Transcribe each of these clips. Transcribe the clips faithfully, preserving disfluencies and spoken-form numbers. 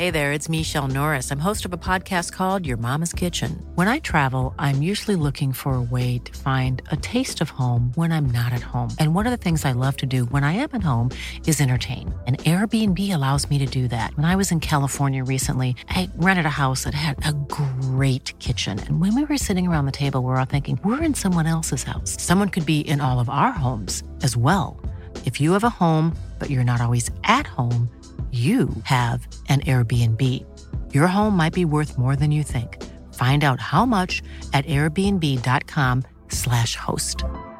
Hey there, it's Michelle Norris. I'm host of a podcast called Your Mama's Kitchen. When I travel, I'm usually looking for a way to find a taste of home when I'm not at home. And one of the things I love to do when I am at home is entertain. And Airbnb allows me to do that. When I was in California recently, I rented a house that had a great kitchen. And when we were sitting around the table, we were all thinking, we're in someone else's house. Someone could be in all of our homes as well. If you have a home, but you're not always at home, you have an Airbnb. Your home might be worth more than you think. Find out how much at airbnb.com slash host.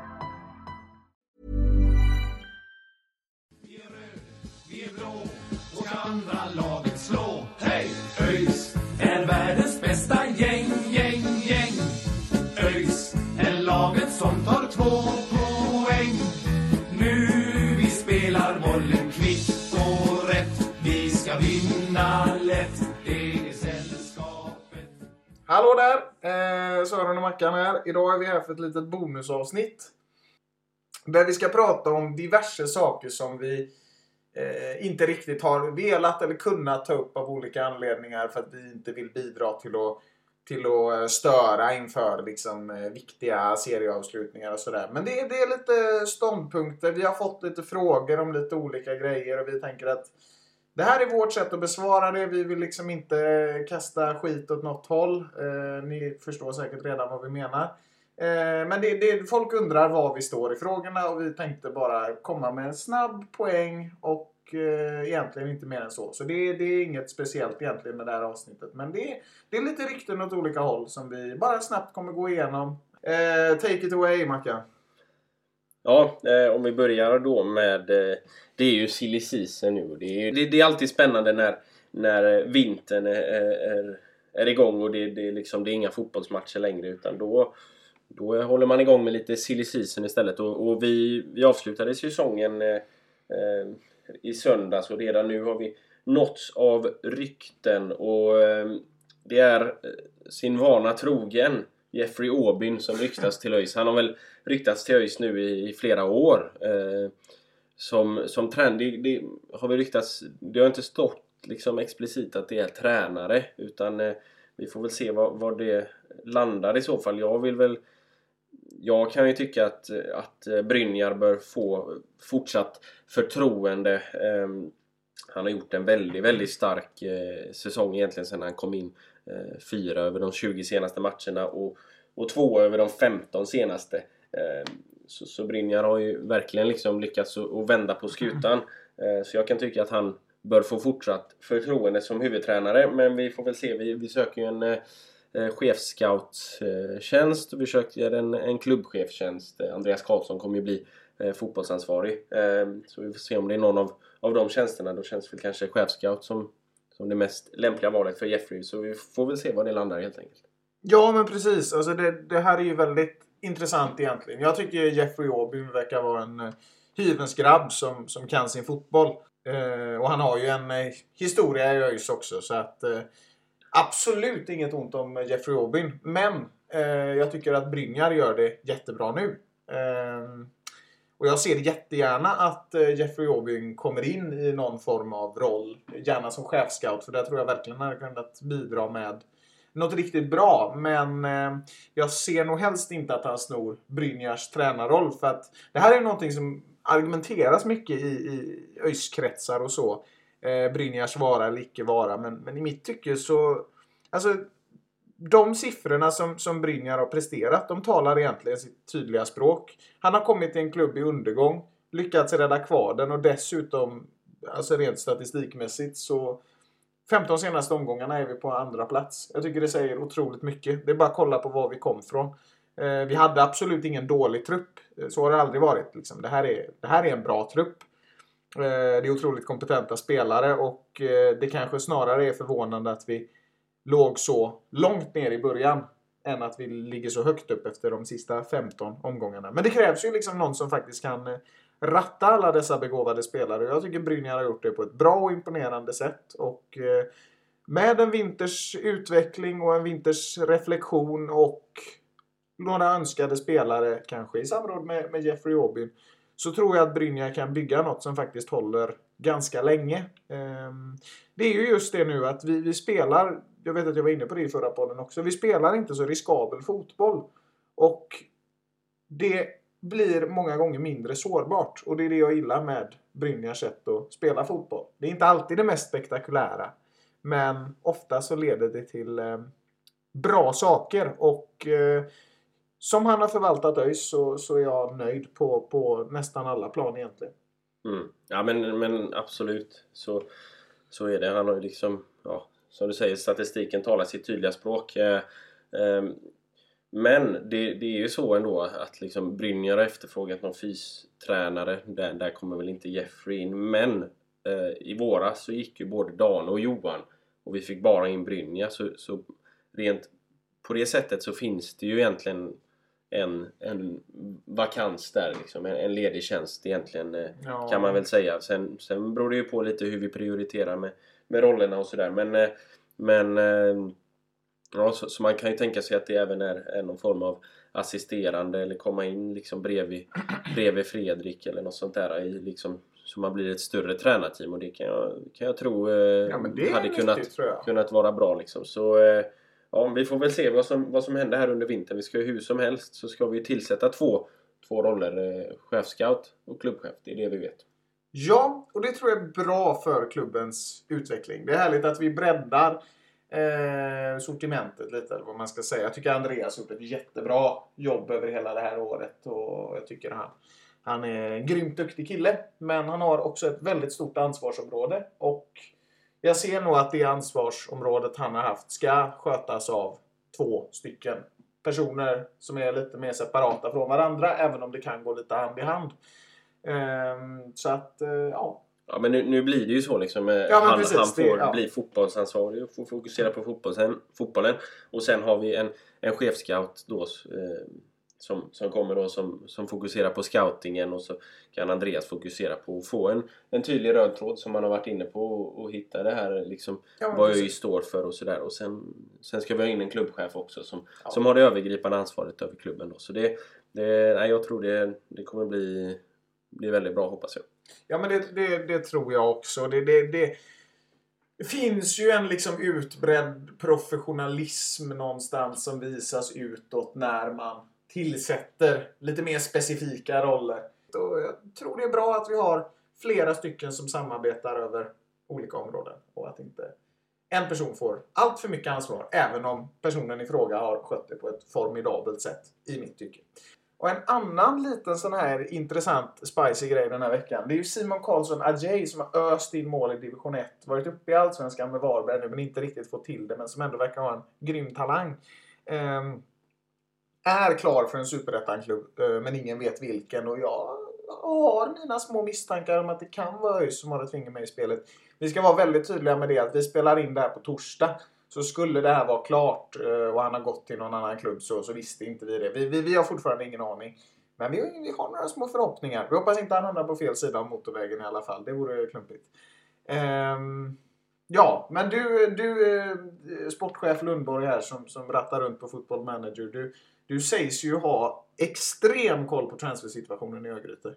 Vi är röd, vi är blå, och andra laget slå. Hej! ÖIS är världens bästa gäng, gäng, gäng. ÖIS är laget som tar två poäng. Nu vi spelar bollen kvitt och rätt. Vi ska vinna lätt, det är sällskapet. Hallå där, eh, Sören och Mackan här. Idag är vi här för ett litet bonusavsnitt. Där vi ska prata om diverse saker som vi eh, inte riktigt har velat eller kunnat ta upp av olika anledningar. För att vi inte vill bidra till att, till att störa inför liksom, eh, viktiga serieavslutningar och sådär. Men det, det är lite ståndpunkter. Vi har fått lite frågor om lite olika grejer. Och vi tänker att det här är vårt sätt att besvara det. Vi vill liksom inte kasta skit åt något håll. Eh, ni förstår säkert redan vad vi menar. Eh, men det, det, folk undrar var vi står i frågorna. Och vi tänkte bara komma med en snabb poäng. Och eh, egentligen inte mer än så. Så det, det är inget speciellt egentligen med det här avsnittet. Men det, det är lite rykten åt olika håll som vi bara snabbt kommer gå igenom. Eh, take it away, Mackan. Ja, eh, om vi börjar då med... Eh, det är ju silly season nu. Det är, det, det är alltid spännande när, när vintern är, är, är igång och det, det, är liksom, det är inga fotbollsmatcher längre. Utan då, då håller man igång med lite silly season istället. Och, och vi, vi avslutade säsongen eh, eh, i söndags och redan nu har vi nåtts av rykten. Och eh, det är sin vana trogen Jeffrey Aubin som ryktas till ÖIS. Han har väl ryktats till ÖIS nu i, i flera år. Eh, som, som trend, det, det har vi ryktats, det har inte stått liksom explicit att det är tränare. Utan eh, vi får väl se vad, vad det landar i så fall. Jag vill väl, jag kan ju tycka att, att Brynjar bör få fortsatt förtroende. Eh, han har gjort en väldigt, väldigt stark eh, säsong egentligen sedan han kom in. Eh, fyra över de tjugo senaste matcherna och, och två över de femton senaste. Eh, så, så Brynjar har ju verkligen liksom lyckats att, att vända på skutan. Eh, så jag kan tycka att han bör få fortsatt förtroende som huvudtränare. Men vi får väl se, vi, vi söker ju en eh, chefscout-tjänst. Vi söker en, en klubbchefstjänst. Andreas Karlsson kommer ju bli eh, fotbollsansvarig. Eh, så vi får se om det är någon av, av de tjänsterna. Då känns väl kanske chefscout som Som det mest lämpliga valet för Jeffrey. Så vi får väl se vad det landar helt enkelt. Ja, men precis. Alltså det, det här är ju väldigt intressant egentligen. Jag tycker Jeffrey Aubin verkar vara en uh, hyvens grabb som, som kan sin fotboll. Uh, och han har ju en uh, historia i ÖIS också. Så att uh, absolut inget ont om Jeffrey Aubin. Men uh, jag tycker att Brynjar gör det jättebra nu. Uh, Och jag ser jättegärna att Jeffrey Aubin kommer in i någon form av roll. Gärna som chefscout. För där tror jag verkligen har kunnat bidra med något riktigt bra. Men eh, jag ser nog helst inte att han snor Brynjars tränarroll. För att det här är någonting som argumenteras mycket i, i ÖIS-kretsar och så. Eh, Brynjars vara eller icke vara. Men, men i mitt tycke så... Alltså... De siffrorna som, som Brynjar har presterat, de talar egentligen sitt tydliga språk. Han har kommit till en klubb i undergång, lyckats rädda kvar den och dessutom, alltså rent statistikmässigt, så femton senaste omgångarna är vi på andra plats. Jag tycker det säger otroligt mycket. Det är bara att kolla på var vi kom från. Eh, vi hade absolut ingen dålig trupp. Så har det aldrig varit. Liksom. Det, här är, det här är en bra trupp. Eh, det är otroligt kompetenta spelare och eh, det kanske snarare är förvånande att vi låg så långt ner i början än att vi ligger så högt upp efter de sista femton omgångarna. Men det krävs ju liksom någon som faktiskt kan ratta alla dessa begåvade spelare. Jag tycker Brynjar har gjort det på ett bra och imponerande sätt. Och med en vinters utveckling och en vinters reflektion och några önskade spelare kanske i samråd med, med Jeffrey Aubin, så tror jag att Brynjar kan bygga något som faktiskt håller ganska länge. Det är ju just det nu att vi, vi spelar, jag vet att jag var inne på det i förra podden också, vi spelar inte så riskabel fotboll. Och det blir många gånger mindre sårbart. Och det är det jag gillar med Brynjas sätt att spela fotboll. Det är inte alltid det mest spektakulära. Men ofta så leder det till eh, bra saker. Och eh, som han har förvaltat ÖIS så, så är jag nöjd på, på nästan alla plan egentligen. Mm. Ja men, men absolut. Så, så är det. Han har ju liksom, ja, som du säger, statistiken talar sitt tydliga språk. Eh, eh, Men det, det är ju så ändå att liksom Brynjar har efterfrågat någon fystränare. Där, där kommer väl inte Jeffrey in. Men eh, i våras så gick ju både Dan och Johan. Och vi fick bara in Brynja. Så, så rent på det sättet så finns det ju egentligen en, en vakans där. Liksom, en, en ledig tjänst egentligen eh, ja. Kan man väl säga. Sen, sen beror det ju på lite hur vi prioriterar med, med rollerna och sådär. Men... Eh, men eh, Ja, så, så man kan ju tänka sig att det även är, är någon form av assisterande eller komma in liksom bredvid, bredvid Fredrik eller något sånt där i, liksom, så man blir ett större tränarteam och det kan jag, kan jag tro eh, ja, hade kunnat, viktigt, tror jag. kunnat vara bra liksom. Så eh, ja, vi får väl se vad som, vad som händer här under vintern. Vi ska ju hur som helst så ska vi tillsätta två, två roller, eh, chefscout och klubbchef, det är det vi vet. Ja, och det tror jag är bra för klubbens utveckling. Det är härligt att vi breddar Eh, sortimentet lite, eller vad man ska säga. Jag tycker Andreas har gjort ett jättebra jobb över hela det här året och jag tycker han, han är en grymt duktig kille, men han har också ett väldigt stort ansvarsområde och jag ser nog att det ansvarsområdet han har haft ska skötas av två stycken personer som är lite mer separata från varandra, även om det kan gå lite hand i hand. Eh, så att, eh, ja Ja, men nu, nu blir det ju så liksom. Ja, han, precis, han får det, ja. bli fotbollsansvarig och får fokusera på fotbollen, fotbollen. Och sen har vi en, en chefscout då eh, som, som kommer då som, som fokuserar på scoutingen och så kan Andreas fokusera på att få en, en tydlig röd tråd som man har varit inne på och, och hitta det här liksom ja, vad ÖIS står för och sådär. Och sen, sen ska vi ha in en klubbchef också som, ja. som har det övergripande ansvaret över klubben då. Så det, det, nej, jag tror det, det kommer bli, bli väldigt bra, hoppas jag. Ja, men det, det, det tror jag också. Det, det, det finns ju en liksom utbredd professionalism någonstans som visas utåt när man tillsätter lite mer specifika roller. Och jag tror det är bra att vi har flera stycken som samarbetar över olika områden och att inte en person får allt för mycket ansvar, även om personen i fråga har skött det på ett formidabelt sätt i mitt tycke. Och en annan liten sån här intressant spicy grej den här veckan. Det är ju Simon Karlsson Ajay som har öst in mål i division ett. Varit uppe i Allsvenskan med Varberg nu men inte riktigt fått till det. Men som ändå verkar ha en grym talang. Um, är klar för en superettan-klubb uh, men ingen vet vilken. Och jag har mina små misstankar om att det kan vara ÖIS som har ett finger med i spelet. Vi ska vara väldigt tydliga med det att vi spelar in det här på torsdag. Så skulle det här vara klart och han har gått till någon annan klubb så, så visste inte vi det. Vi, vi, vi har fortfarande ingen aning. Men vi, vi har några små förhoppningar. Vi hoppas inte han hamnar på fel sida av motorvägen i alla fall. Det vore klumpigt. Um, ja, men du, du sportchef Lundborg här som, som rattar runt på Football Manager. Du, du sägs ju ha extrem koll på transfersituationen i Örgryte.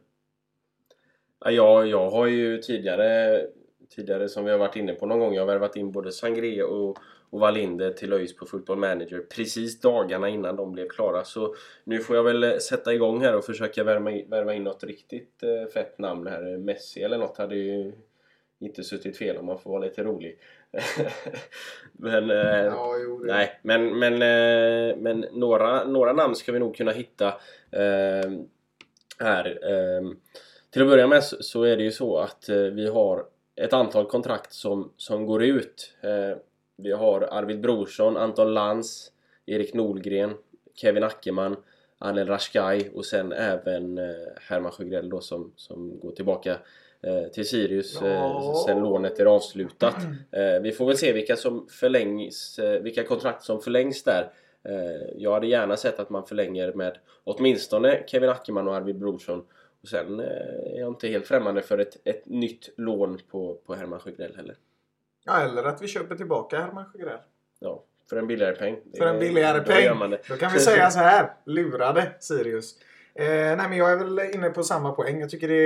Ja, jag har ju tidigare... Tidigare som vi har varit inne på någon gång. Jag har värvat in både Sangré och, och Wallinder till ÖIS på Football Manager. Precis dagarna innan de blev klara. Så nu får jag väl sätta igång här och försöka värva in, värva in något riktigt eh, fett namn här. Messi eller något hade ju inte suttit fel om man får vara lite rolig. men eh, ja, jo, det. nej, men, men, eh, men några, några namn ska vi nog kunna hitta eh, här. Eh, till att börja med så, så är det ju så att eh, vi har ett antal kontrakt som, som går ut. Eh, vi har Arvid Brorsson, Anton Lantz, Erik Nordgren, Kevin Ackerman, Anel Rashkai och sen även eh, Herman Sjögrell då som, som går tillbaka eh, till Sirius eh, sen lånet är avslutat. Eh, vi får väl se vilka som förlängs, eh, vilka kontrakt som förlängs där. Eh, jag hade gärna sett att man förlänger med åtminstone Kevin Ackerman och Arvid Brorsson. Och sen eh, är jag inte helt främmande för ett, ett nytt lån på, på Herman Sjögrell heller. Ja, eller att vi köper tillbaka Herman Sjögrell. Ja, för en billigare peng. För en billigare peng. Då, då kan vi säga så här. Lurade Sirius. Eh, nej men jag är väl inne på samma poäng. Jag tycker det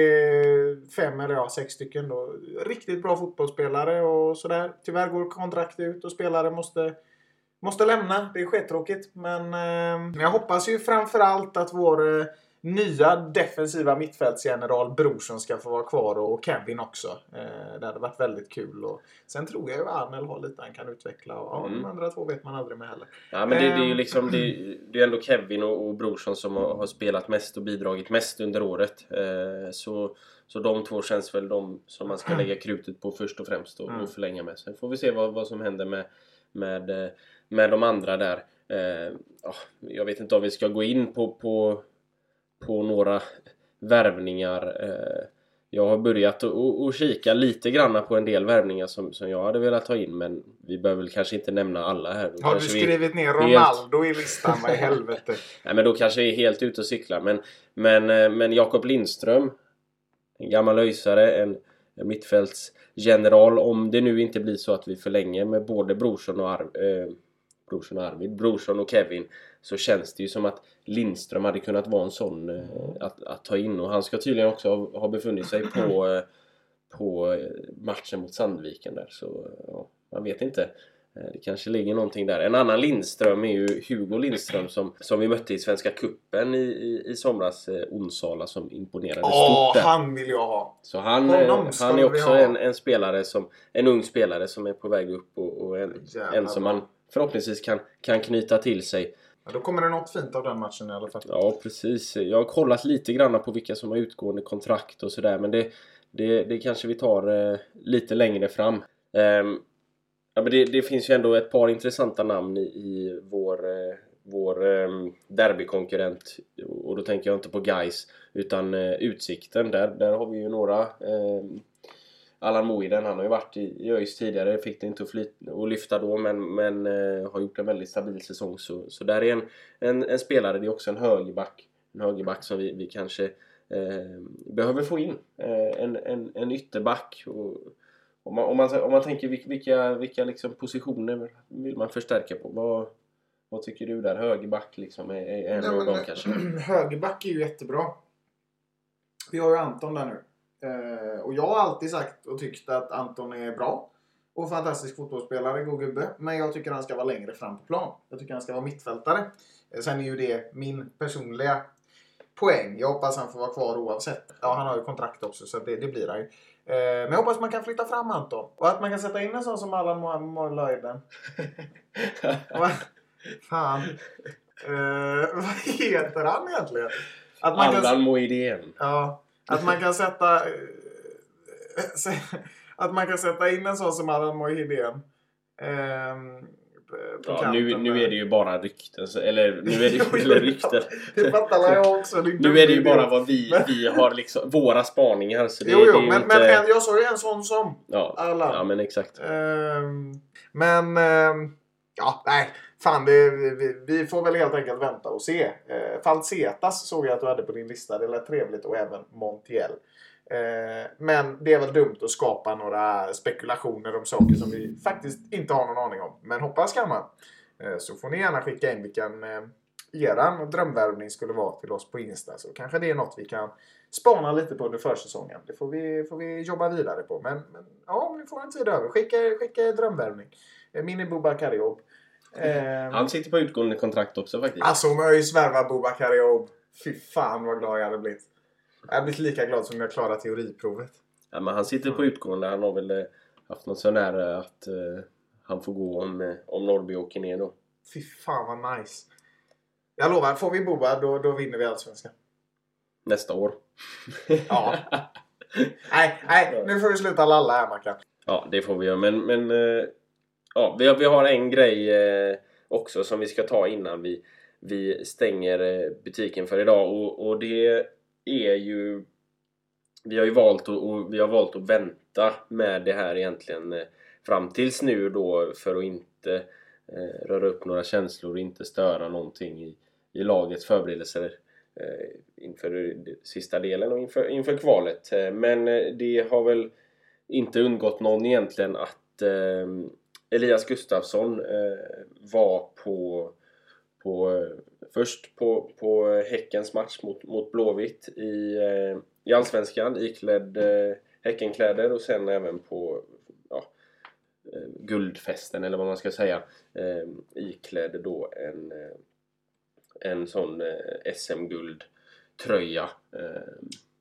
är fem eller ja, sex stycken då. Riktigt bra fotbollsspelare och sådär. Tyvärr går kontrakt ut och spelare måste, måste lämna. Det är skittråkigt. Men eh, jag hoppas ju framförallt att vår eh, nya defensiva mittfältsgeneral Brorsson ska få vara kvar och Kevin också. Eh, det hade varit väldigt kul. Och sen tror jag ju att Arnel har lite han kan utveckla. Och ja, Mm. de andra två vet man aldrig med heller. Ja, men det, det är ju liksom det, det är ändå Kevin och, och Brorsson som har, har spelat mest och bidragit mest under året. Eh, så, så de två känns väl de som man ska lägga krutet på först och främst och, Mm. och förlänga med. Sen får vi se vad, vad som händer med, med, med de andra där. Eh, ja, jag vet inte om vi ska gå in på, på, på några värvningar. Eh, Jag har börjat att kika lite grann på en del värvningar som, som jag hade velat ta in. Men vi behöver väl kanske inte nämna alla här. Då Har du skrivit ner Ronaldo helt... i listan? Vad i helvete? Nej, men då kanske vi är helt ute och cyklar. Men, men, men Jakob Lindström, en gammal öjsare, en, en mittfältsgeneral. Om det nu inte blir så att vi förlänger med både Brorsson och, Arv, eh, Brorsson och Arvid, Brorsson och Kevin, så känns det ju som att Lindström hade kunnat vara en sån eh, att, att ta in. Och han ska tydligen också ha, ha befunnit sig på, eh, på matchen mot Sandviken där. Så ja, man vet inte. Eh, det kanske ligger någonting där. En annan Lindström är ju Hugo Lindström som, som vi mötte i Svenska Cupen i, i, i somras. Eh, Onsala som imponerade Åh, stort där. han vill jag ha. Så han, han är också en, en spelare som en ung spelare som är på väg upp och, och en, en som man förhoppningsvis kan, kan knyta till sig. Ja, då kommer det något fint av den matchen i alla fall. Ja, precis. Jag har kollat lite grann på vilka som har utgående kontrakt och sådär. Men det, det, det kanske vi tar eh, lite längre fram. Um, ja, men det, det finns ju ändå ett par intressanta namn i, i vår, eh, vår eh, derbykonkurrent. Och då tänker jag inte på Gais utan eh, Utsikten. Där, där har vi ju några... Eh, Allan Moiden, han har ju varit i, i ÖIS tidigare, fick det inte att, flyt, att lyfta då, men, men eh, har gjort en väldigt stabil säsong. Så, så där är en, en, en spelare, det är också en högerback, en högerback som vi, vi kanske eh, behöver få in. Eh, en, en, en ytterback. Och, om, man, om, man, om man tänker vilka, vilka liksom positioner vill man förstärka på, vad, vad tycker du där? Högerback liksom är, är en ja, av dem kanske? Högerback är ju jättebra. Vi har ju Anton där nu. Uh, och jag har alltid sagt och tyckt att Anton är bra och fantastisk fotbollsspelare, god gubbe, men jag tycker han ska vara längre fram på plan. Jag tycker han ska vara mittfältare. Uh, sen är ju det min personliga poäng. Jag hoppas han får vara kvar oavsett. Ja, han har ju kontrakt också så det, det blir han ju. Uh, men jag hoppas man kan flytta fram Anton och att man kan sätta in en sån som Allan Moiden. Fan. Uh, vad heter han egentligen? Att man Allan kan... Moiden. Ja. Att man kan sätta att man kan sätta in en sån som Allan Moiden ehm, på ja, nu, nu är det ju bara rykten eller nu är det ju jo, eller rykten. Det fattar jag också. Det nu är det ju bara vad vi vi har liksom våra spaningar så det, jo, jo, det är ju men, inte... men en, jag sa ju en sån som ja, Allan. Ja, men exakt. Ehm, men ehm, ja, nej. Fan, det, vi, vi får väl helt enkelt vänta och se. Eh, Falsetas såg jag att du hade på din lista. Det lät trevligt och även Montiel. Eh, men det är väl dumt att skapa några spekulationer om saker som vi faktiskt inte har någon aning om. Men hoppas kan man. Eh, så får ni gärna skicka in vilken eh, eran drömvärvning skulle vara till oss på Insta. Så kanske det är något vi kan spana lite på under försäsongen. Det får vi, får vi jobba vidare på. Men, men ja, om ni får en tid över. Skicka, skicka drömvärvning. Eh, Mini Boubacar Jobb. Um, han sitter på utgående kontrakt också faktiskt. Alltså om jag ju svärva Boubacar Jobb. Fy fan vad glad jag hade blivit. Jag hade blivit lika glad som jag klarade teoriprovet. Ja, men han sitter på utgående. Han har väl haft något så nära att uh, han får gå om, om Norrby åker ner då. Fy fan vad nice. Jag lovar, får vi Boba då, då vinner vi Allsvenskan. Nästa år. Ja. nej, nej, nu får vi sluta lalla här Mackan. Ja, det får vi göra. Men, men uh, ja, vi har, vi har en grej uh, också som vi ska ta innan vi, vi stänger uh, butiken för idag. Och, och det är ju... Vi har ju valt, att, och vi har valt att vänta med det här egentligen uh, fram tills nu då för att inte uh, röra upp några känslor och inte störa någonting i, i lagets förberedelser uh, inför sista delen och inför, inför kvalet. Uh, men uh, det har väl inte undgått någon egentligen att uh, Elias Gustafsson uh, var på, på uh, först på, på Häckens match mot, mot Blåvitt i, eh, i Allsvenskan iklädd eh, Häckenkläder och sen även på ja, eh, guldfesten eller vad man ska säga eh, iklädd då en, eh, en sån eh, S M-guldtröja. Eh,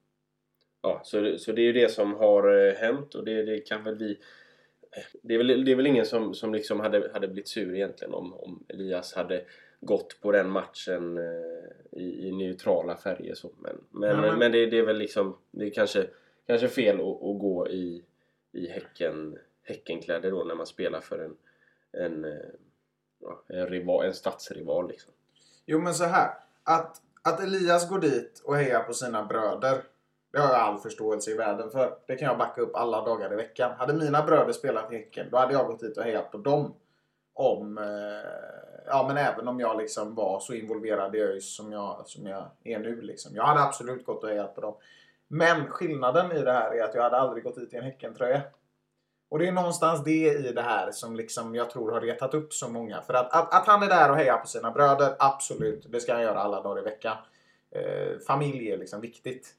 ja, så, så det är ju det som har eh, hänt och det, det kan väl vi det är väl, det är väl ingen som, som liksom hade, hade blivit sur egentligen om, om Elias hade gått på den matchen eh, i, i neutrala färger så. Men, men, ja, men... men det, det är väl liksom det är kanske, kanske fel att, att gå i, i häcken, häckenkläder då när man spelar för en, en, ja, en, rival, en stadsrival liksom. Jo men så här att, att Elias går dit och hejar på sina bröder, det har jag all förståelse i världen för. Det kan jag backa upp alla dagar i veckan. Hade mina bröder spelat i Häcken, då hade jag gått dit och hejat på dem. Om, eh, ja men även om jag liksom var så involverad i ÖIS som jag, som jag är nu liksom. Jag hade absolut gått och hejat på dem. Men skillnaden i det här är att jag hade aldrig gått dit i en Häckentröja. Och det är någonstans det i det här som liksom jag tror har retat upp så många. För att, att, att han är där och hejar på sina bröder, absolut. Det ska han göra alla dagar i veckan. Eh, familj är liksom viktigt.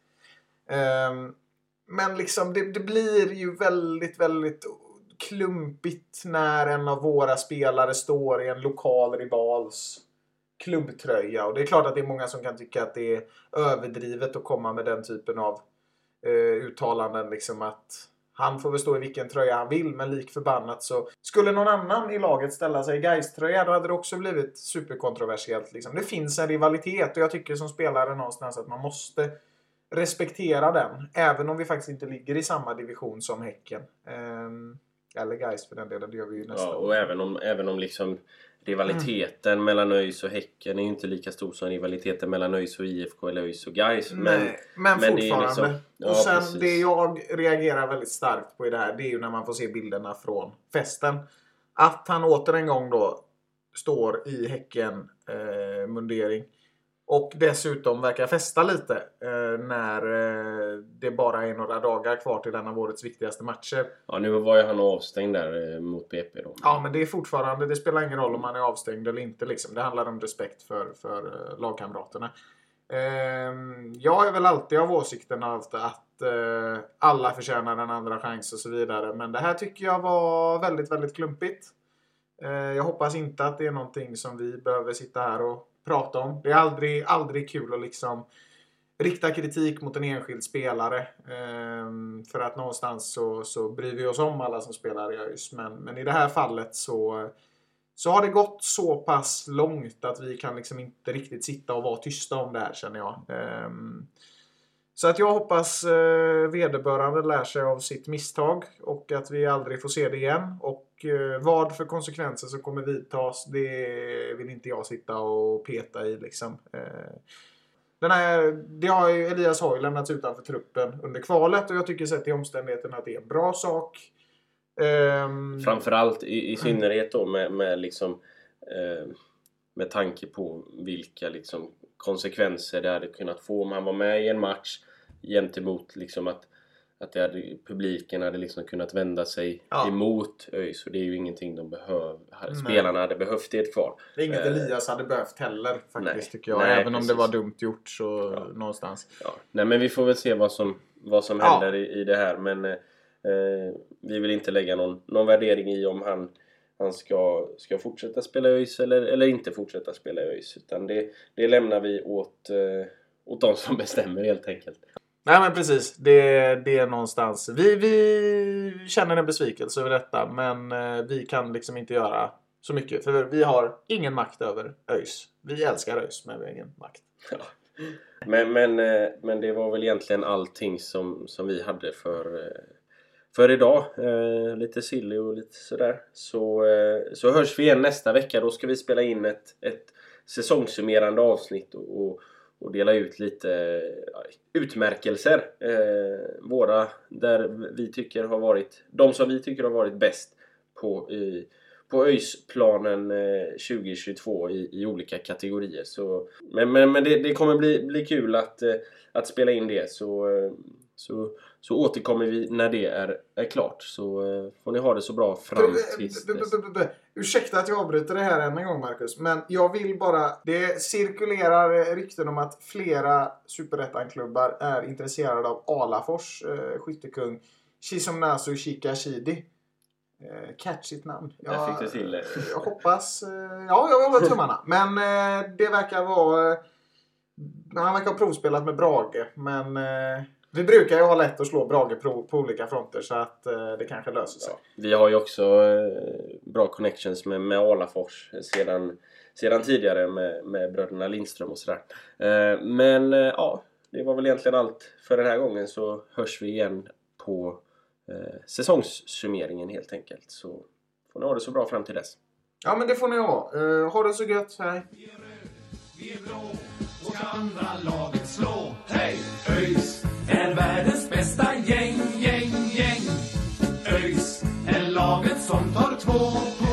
Um, men liksom det, det blir ju väldigt, väldigt klumpigt när en av våra spelare står i en lokal rivals klubbtröja. Och det är klart att det är många som kan tycka att det är överdrivet att komma med den typen av uh, uttalanden. Liksom att han får väl stå i vilken tröja han vill, men lik förbannat så skulle någon annan i laget ställa sig i Gais-tröja, då hade det också blivit superkontroversiellt. Liksom. Det finns en rivalitet och jag tycker som spelare någonstans att man måste respektera den. Även om vi faktiskt inte ligger i samma division som Häcken. Um, eller Gais för den delen. Det gör vi ju nästa ja, och år. även om, även om liksom rivaliteten mm. mellan ÖIS och Häcken är ju inte lika stor som rivaliteten mellan ÖIS och I F K eller ÖIS och Gais. Men, Nej, men, men fortfarande. Liksom, ja, och sen precis. Det jag reagerar väldigt starkt på i det här, det är ju när man får se bilderna från festen. Att han åter en gång då står i Häcken eh, mundering. Och dessutom verkar festa lite eh, när eh, det bara är några dagar kvar till en av årets viktigaste matcher. Ja, nu var ju han avstängd där eh, mot B P då. Ja, men det är fortfarande, det spelar ingen roll om man är avstängd eller inte. Liksom. Det handlar om respekt för, för eh, lagkamraterna. Eh, jag är väl alltid av åsikten att, att eh, alla förtjänar en andra chans och så vidare. Men det här tycker jag var väldigt, väldigt klumpigt. Eh, jag hoppas inte att det är någonting som vi behöver sitta här och prata om. Det är aldrig, aldrig kul att liksom rikta kritik mot en enskild spelare. Ehm, för att någonstans så, så bryr vi oss om alla som spelar i ÖIS. Men, men i det här fallet så, så har det gått så pass långt att vi kan liksom inte riktigt sitta och vara tysta om det här, känner jag. Ehm, så att jag hoppas eh, vederbörande lär sig av sitt misstag och att vi aldrig får se det igen. Och eh, vad för konsekvenser som kommer vidtas, det vill inte jag sitta och peta i liksom. Eh, den här, det har ju, Elias har ju lämnats utanför truppen under kvalet och jag tycker sett i omständigheterna att det är en bra sak. Eh, Framförallt i, i synnerhet då med, med liksom eh, med tanke på vilka liksom konsekvenser det hade kunnat få om han var med i en match gentemot liksom att, att det hade, publiken hade liksom kunnat vända sig ja. emot ÖIS. Och det är ju ingenting de behöver. Spelarna hade behövt i ett kval. Det är inget eh, Elias hade behövt heller faktiskt, nej, tycker jag. nej, Även precis. om det var dumt gjort så ja. någonstans. Ja. Nej, men vi får väl se vad som, vad som ja. händer i, i det här. Men eh, vi vill inte lägga någon, någon värdering i om han han ska, ska fortsätta spela ÖIS eller, eller inte fortsätta spela ÖIS. Utan det, det lämnar vi åt, eh, åt de som bestämmer helt enkelt. Nej men precis, det, det är någonstans. Vi, vi känner en besvikelse över detta, men eh, vi kan liksom inte göra så mycket. För vi har ingen makt över ÖIS. Vi älskar ÖIS, men vi har ingen makt. Ja. Men, men, eh, men det var väl egentligen allting som, som vi hade för... Eh, För idag, eh, lite silly och lite sådär. Så, eh, så hörs vi igen nästa vecka. Då ska vi spela in ett, ett säsongssummerande avsnitt och, och, och dela ut lite eh, utmärkelser. Eh, våra, där vi tycker har varit, de som vi tycker har varit bäst på, i, på ÖIS-planen eh, tjugo tjugotvå i, i olika kategorier. Så, men men, men det, det kommer bli, bli kul att, eh, att spela in det. Så... Eh, Så så återkommer vi när det är, är klart. Så uh, får ni ha det så bra fram tills dess. Ursäkta att jag avbryter det här än en gång, Marcus. Men jag vill bara... Det cirkulerar rykten om att flera superettan-klubbar är intresserade av Alafors eh, skyttekung Chisomnasu Chikashidi. Eh, catchigt namn. Jag, jag fick det till. Eh. Jag hoppas... Eh, ja, jag håller tummarna. Men eh, det verkar vara... Eh, han verkar ha provspelat med Brage. Men... Eh, vi brukar ju ha lätt att slå Brage på, på olika fronter så att eh, det kanske löser sig. Ja, vi har ju också eh, bra connections med, med Alafors sedan, sedan tidigare med, med bröderna Lindström och sådär. Eh, men eh, ja, det var väl egentligen allt för den här gången, så hörs vi igen på eh, säsongssummeringen helt enkelt. Så får ni ha det så bra fram till dess. Ja, men det får ni ha. Eh, ha det så gött. Hej. Vi är röd, vi är blå och ska andra laget slå. Hej! ÖIS är världens bästa gäng, gäng, gäng. ÖIS är laget som tar två på